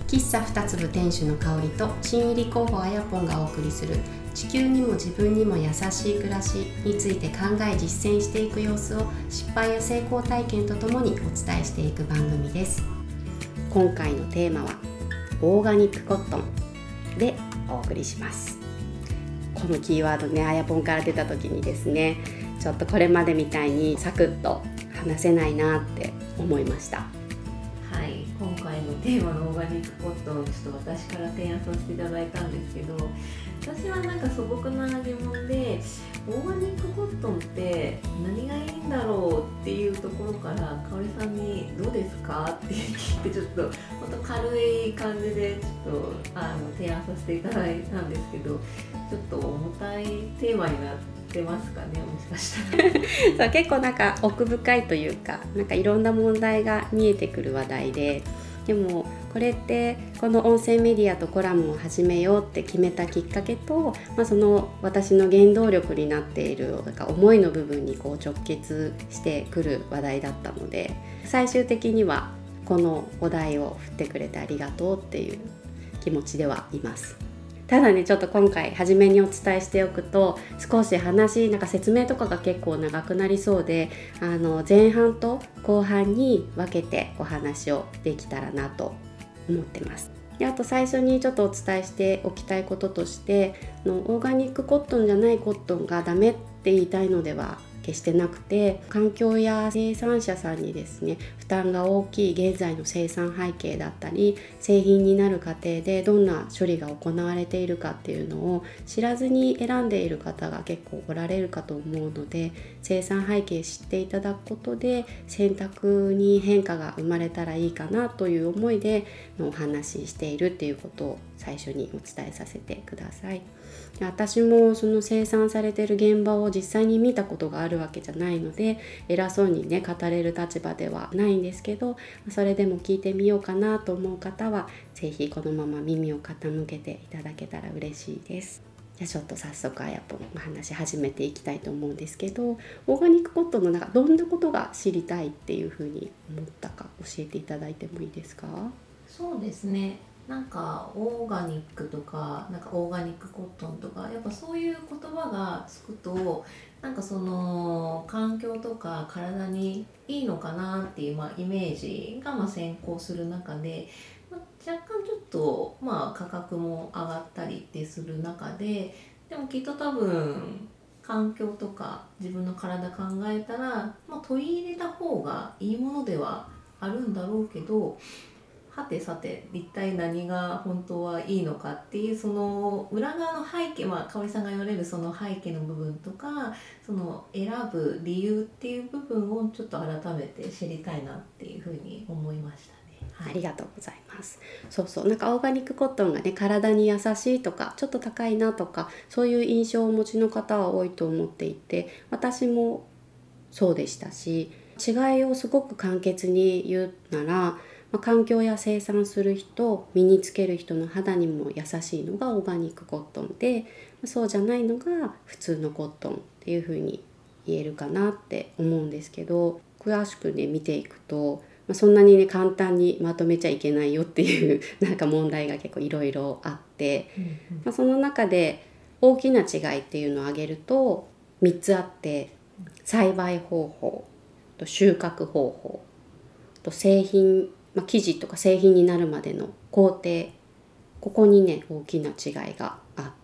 喫茶二粒店主の香りと新入り候補あやぽんがお送りする地球にも自分にも優しい暮らしについて考え実践していく様子を失敗や成功体験とともにお伝えしていく番組です。今回のテーマはオーガニックコットンでお送りします。このキーワードね、あやぽんから出た時にですね、ちょっとこれまでみたいにサクッと話せないなって思いました。 はい、今回のテーマのオーガニックコットン、ちょっと私から提案させていただいたんですけど、私はなんか素朴な疑問で、オーガニックコットンって何がいいんだろうっていうところから、かおりさんにどうですかって聞いて、ちょっと本当軽い感じでちょっと提案させていただいたんですけど、ちょっと重たいテーマになってますかね、もしかしたらそう、結構なんか奥深いというか、なんかいろんな問題が見えてくる話題で、でもこれってこの音声メディアとコラムを始めようって決めたきっかけと、その私の原動力になっているなんか思いの部分にこう直結してくる話題だったので、最終的にはこのお題を振ってくれてありがとうっていう気持ちではいます。ただね、ちょっと今回初めにお伝えしておくと、少しなんか説明とかが結構長くなりそうで、前半と後半に分けてお話をできたらなと思ってます。で、あと最初にちょっとお伝えしておきたいこととして、オーガニックコットンじゃないコットンがダメって言いたいのでは決してなくて、環境や生産者さんにですね、負担が大きい現在の生産背景だったり、製品になる過程でどんな処理が行われているかっていうのを知らずに選んでいる方が結構おられるかと思うので、生産背景知っていただくことで選択に変化が生まれたらいいかなという思いでお話ししているっていうことを最初にお伝えさせてください。私もその生産されている現場を実際に見たことがあるわけじゃないので、偉そうにね語れる立場ではないんですけど、それでも聞いてみようかなと思う方はぜひこのまま耳を傾けていただけたら嬉しいです。じゃあちょっと早速あやぽんお話始めていきたいと思うんですけど、オーガニックコットンの中どんなことが知りたいっていうふうに思ったか教えていただいてもいいですか？ そうですね、なんかオーガニックとか、なんかオーガニックコットンとか、やっぱそういう言葉がつくと、なんかその環境とか体にいいのかなっていう、イメージが先行する中で、若干ちょっと価格も上がったりってする中で、でもきっと多分環境とか自分の体考えたら、取り入れた方がいいものではあるんだろうけど、はてさて一体何が本当はいいのかっていう、その裏側の背景、かおりさんが言われるその背景の部分とか、その選ぶ理由っていう部分をちょっと改めて知りたいなっていうふうに思いましたね。 ありがとうございます。そう、なんかオーガニックコットンがね体に優しいとかちょっと高いなとか、そういう印象をお持ちの方は多いと思っていて、私もそうでしたし、違いをすごく簡潔に言うなら、環境や生産する人、身につける人の肌にも優しいのがオーガニックコットンで、そうじゃないのが普通のコットンっていう風に言えるかなって思うんですけど、詳しくね見ていくと、そんなにね簡単にまとめちゃいけないよっていうなんか問題が結構いろいろあって、その中で大きな違いっていうのを挙げると3つあって、栽培方法と収穫方法と製品、生地とか製品になるまでの工程、ここにね大きな違いがあって、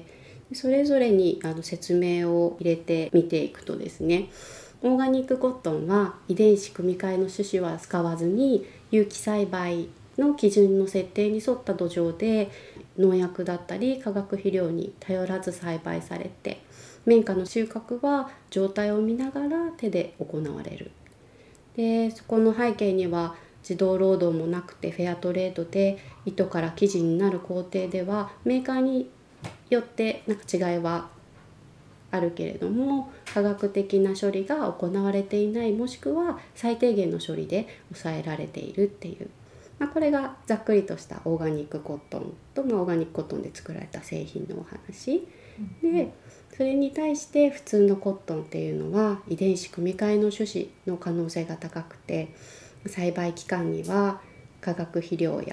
それぞれに説明を入れてみていくとですね、オーガニックコットンは遺伝子組み換えの種子は使わずに、有機栽培の基準の設定に沿った土壌で農薬だったり化学肥料に頼らず栽培されて、綿花の収穫は状態を見ながら手で行われる。でそこの背景には児童労働もなくてフェアトレードで、糸から生地になる工程ではメーカーによってなんか違いはあるけれども、科学的な処理が行われていない、もしくは最低限の処理で抑えられているっていう、これがざっくりとしたオーガニックコットンと、オーガニックコットンで作られた製品のお話で、それに対して普通のコットンっていうのは遺伝子組み換えの種子の可能性が高くて、栽培期間には化学肥料や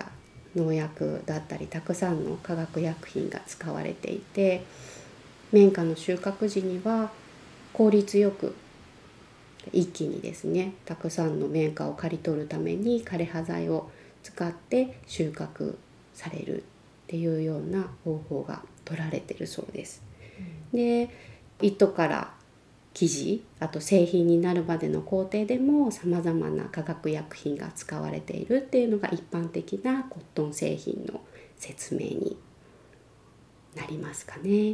農薬だったりたくさんの化学薬品が使われていて、綿花の収穫時には効率よく一気にですねたくさんの綿花を刈り取るために枯葉剤を使って収穫されるっていうような方法が取られてるそうです。で、糸から生地、あと製品になるまでの工程でもさまざまな化学薬品が使われているっていうのが一般的なコットン製品の説明になりますかね。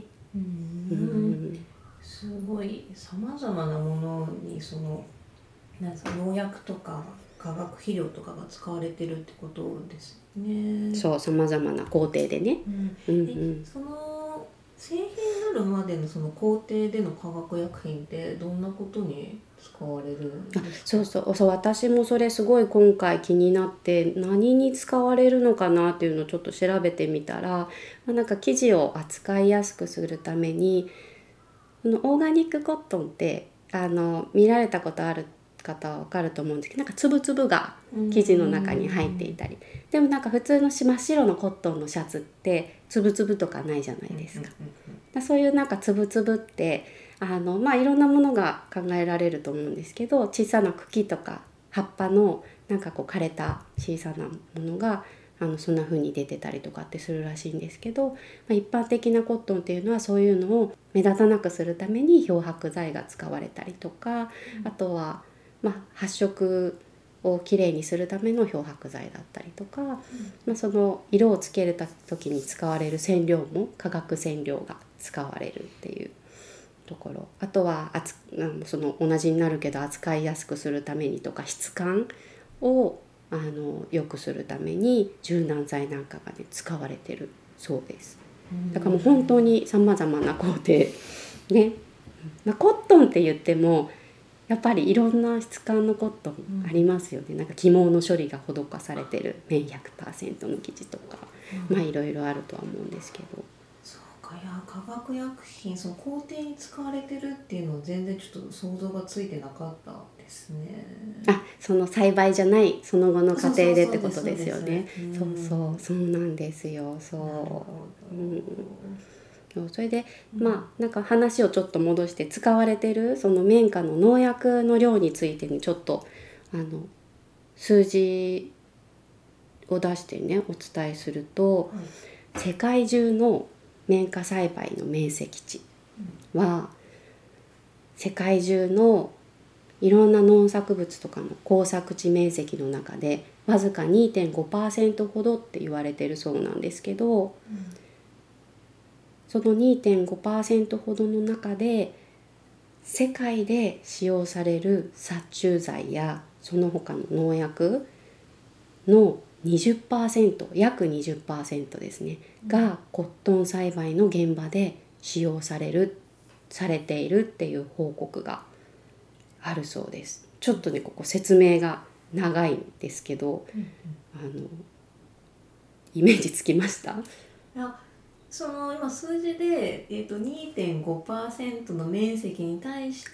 すごいさまざまなものにそのなんですか、農薬とか化学肥料とかが使われてるってことですね。 そう、さまざまな工程でね。 その製品になるまでのその工程での化学薬品ってどんなことに使われるんですか？ そう、私もそれすごい今回気になって何に使われるのかなっていうのをちょっと調べてみたら、なんか生地を扱いやすくするためにオーガニックコットンって見られたことある方は分かると思うんですけど、なんか粒々が生地の中に入っていたり、でもなんか普通の真っ白のコットンのシャツって粒々とかないじゃないですか。そういうなんか粒々っていろんなものが考えられると思うんですけど、小さな茎とか葉っぱのなんかこう枯れた小さなものがそんな風に出てたりとかってするらしいんですけど、一般的なコットンっていうのはそういうのを目立たなくするために漂白剤が使われたりとか、あとは発色をきれいにするための漂白剤だったりとか、その色をつける時に使われる染料も化学染料が使われるっていうところ、あとはその同じになるけど扱いやすくするためにとか質感を良くするために柔軟剤なんかがね使われてるそうです。だからもう本当にさまざまな工程ね、コットンって言ってもやっぱりいろんな質感のコットンありますよね。なんか起毛の処理が施されてる綿 100% の生地とか、いろいろあるとは思うんですけど。 そうか、いや化学薬品その工程に使われてるっていうのは全然ちょっと想像がついてなかったですね。 その栽培じゃないその後の過程でってことですよね。そうなんですよ。それでなんか話をちょっと戻して使われてるその綿花の農薬の量についてにちょっと数字を出してねお伝えすると、世界中の綿花栽培の面積地は世界中のいろんな農作物とかの耕作地面積の中でわずか 2.5% ほどって言われてるそうなんですけど、その 2.5% ほどの中で世界で使用される殺虫剤やその他の農薬の 20%、約 20% ですねがコットン栽培の現場で使用されているっていう報告があるそうです。ちょっとねここ説明が長いんですけど、イメージつきました？ いやその今数字で、2.5% の面積に対して、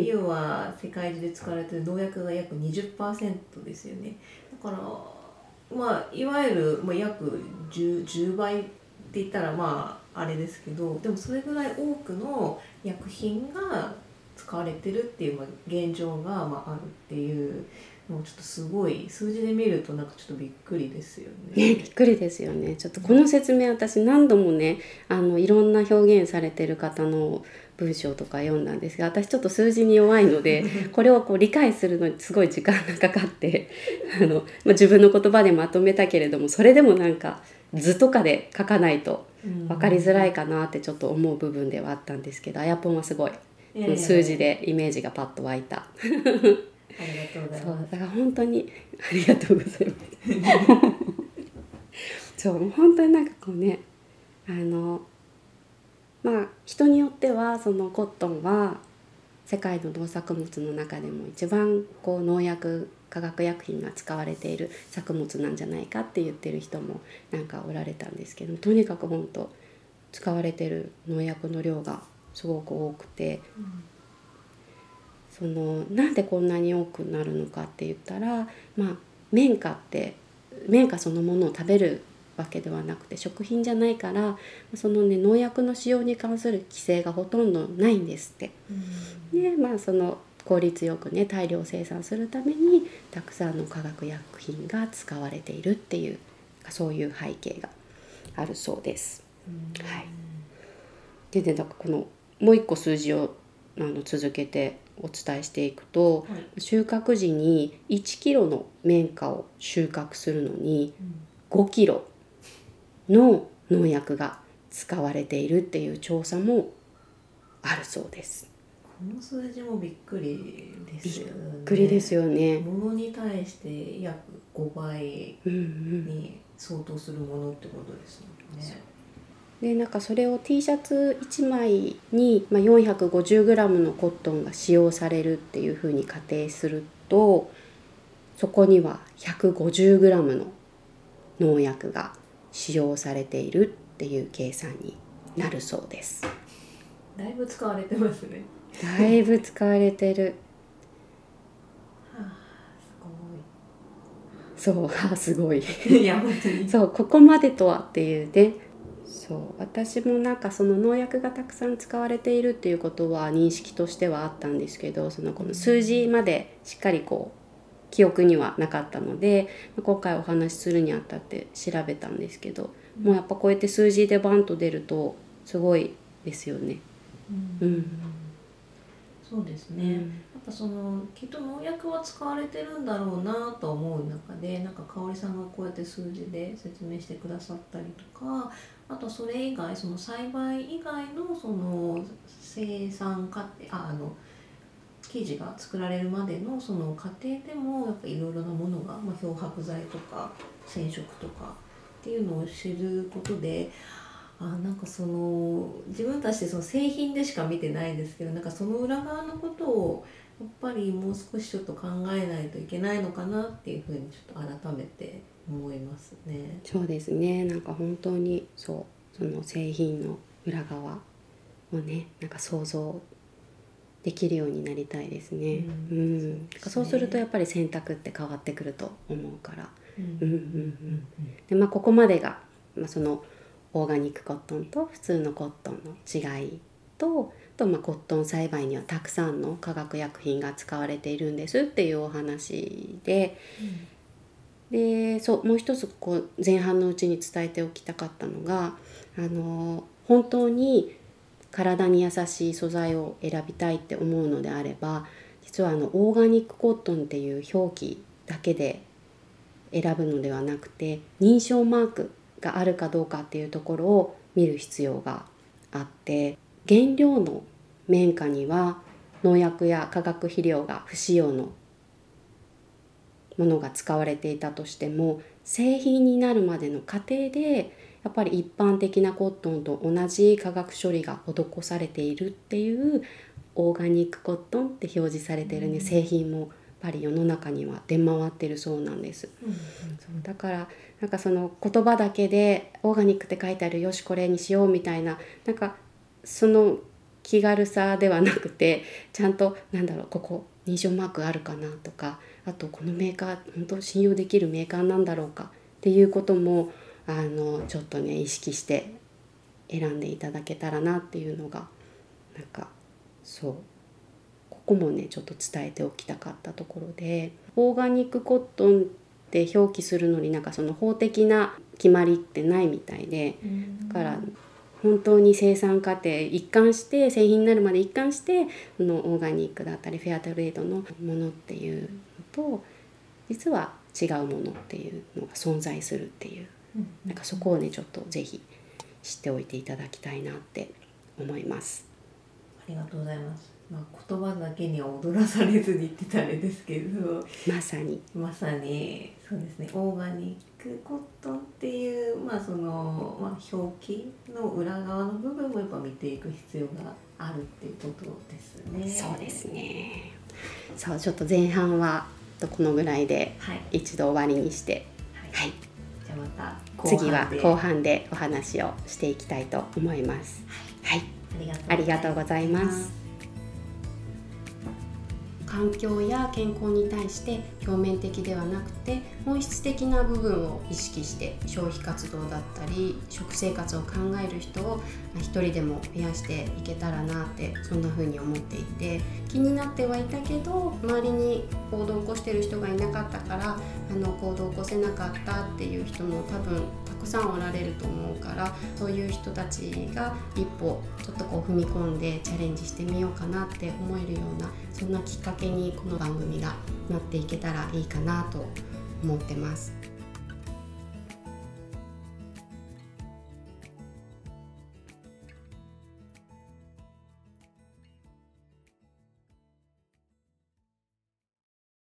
要は世界中で使われている農薬が約 20% ですよね。だからいわゆる、約 10倍って言ったらあれですけど、でもそれぐらい多くの薬品が使われてるっていう、現状が、あるっていうのをちょっとすごい数字で見るとなんかちょっとびっくりですよね。 びっくりですよね。ちょっとこの説明私何度もねいろんな表現されてる方の文章とか読んだんですが、私ちょっと数字に弱いのでこれをこう理解するのにすごい時間がかかって自分の言葉でまとめたけれども、それでもなんか図とかで書かないと分かりづらいかなってちょっと思う部分ではあったんですけど、あやぽんはすごい数字でイメージがパッと湧いた。 ありがとうございます。 そうだから本当にありがとうございますそう本当になんかこうね人によってはそのコットンは世界の農作物の中でも一番こう農薬化学薬品が使われている作物なんじゃないかって言ってる人もなんかおられたんですけど、とにかく本当使われてる農薬の量がすごく多くて、なんでこんなに多くなるのかって言ったら、綿花って綿花そのものを食べるわけではなくて食品じゃないから、そのね農薬の使用に関する規制がほとんどないんですって。でその効率よくね大量生産するためにたくさんの化学薬品が使われているっていう、そういう背景があるそうです。はい、でね、だからこのもう一個数字を続けてお伝えしていくと、収穫時に1キロの綿花を収穫するのに5キロの農薬が使われているっていう調査もあるそうです。 この数字もびっくりですよね。 びっくりですよね。 物に対して約5倍に相当するものってことですもんね。 でなんかそれを T シャツ1枚に 450g のコットンが使用されるっていうふうに仮定すると、そこには 150g の農薬が使用されているっていう計算になるそうです。 だいぶ使われてますね。 だいぶ使われてる。すごい。 いや本当に。 そうここまでとはっていうね。そう私もなんかその農薬がたくさん使われているっていうことは認識としてはあったんですけど、この数字までしっかり記憶にはなかったので、今回お話しするにあたって調べたんですけど、もうやっぱこうやって数字でバンと出るとすごいですよね。 そうですね、やっぱきっと農薬は使われてるんだろうなと思う中で、なんか香織さんがこうやって数字で説明してくださったりとか、あとそれ以外栽培以外の生産過程生地が作られるまでのその過程でもやっぱいろいろなものが、漂白剤とか染色とかっていうのを知ることで、なんか自分たちで製品でしか見てないですけど、なんかその裏側のことをやっぱりもう少しちょっと考えないといけないのかなっていうふうにちょっと改めて思いますね。 そうですね。なんか本当にその製品の裏側をねなんか想像できるようになりたいですね。そうするとやっぱり選択って変わってくると思うから。でここまでが、そのオーガニックコットンと普通のコットンの違いと、コットン栽培にはたくさんの化学薬品が使われているんですっていうお話で、でもう一つ前半のうちに伝えておきたかったのが、本当に体に優しい素材を選びたいって思うのであれば、実はオーガニックコットンっていう表記だけで選ぶのではなくて、認証マークがあるかどうかっていうところを見る必要があって、原料の綿花には農薬や化学肥料が不使用のものが使われていたとしても、製品になるまでの過程でやっぱり一般的なコットンと同じ化学処理が施されているっていうオーガニックコットンって表示されている製品もやっぱり世の中には出回ってるそうなんです。そうだからなんかその言葉だけでオーガニックって書いてある、よしこれにしようみたいな、なんかその気軽さではなくて、ちゃんとここ認証マークあるかなとか、あとこのメーカー本当信用できるメーカーなんだろうかっていうこともちょっとね意識して選んでいただけたらなっていうのが、なんかここもねちょっと伝えておきたかったところで、オーガニックコットンって表記するのになんかその法的な決まりってないみたいで、だから本当に生産過程一貫して製品になるまで一貫してオーガニックだったりフェアトレードのものっていうのと実は違うものっていうのが存在するっていう、なんかそこをねちょっとぜひ知っておいていただきたいなって思います。 ありがとうございます。言葉だけには踊らされずに言ってたあれですけど、 まさにそうですね、オーガニックコットンっていう表記の裏側の部分もやっぱ見ていく必要があるっていうことですね。 そうですね。ちょっと前半はこのぐらいで一度終わりにして、 はい、じゃあまた次は後半でお話をしていきたいと思います。はい、ありがとうございます。 環境や健康に対して表面的ではなくて本質的な部分を意識して消費活動だったり食生活を考える人を一人でも増やしていけたらなって、そんな風に思っていて、気になってはいたけど周りに行動を起こしている人がいなかったから行動を起こせなかったっていう人も多分たくさんおられると思うから、そういう人たちが一歩ちょっと踏み込んでチャレンジしてみようかなって思えるような、そんなきっかけにこの番組がなっていけたらいいかなと思ってます。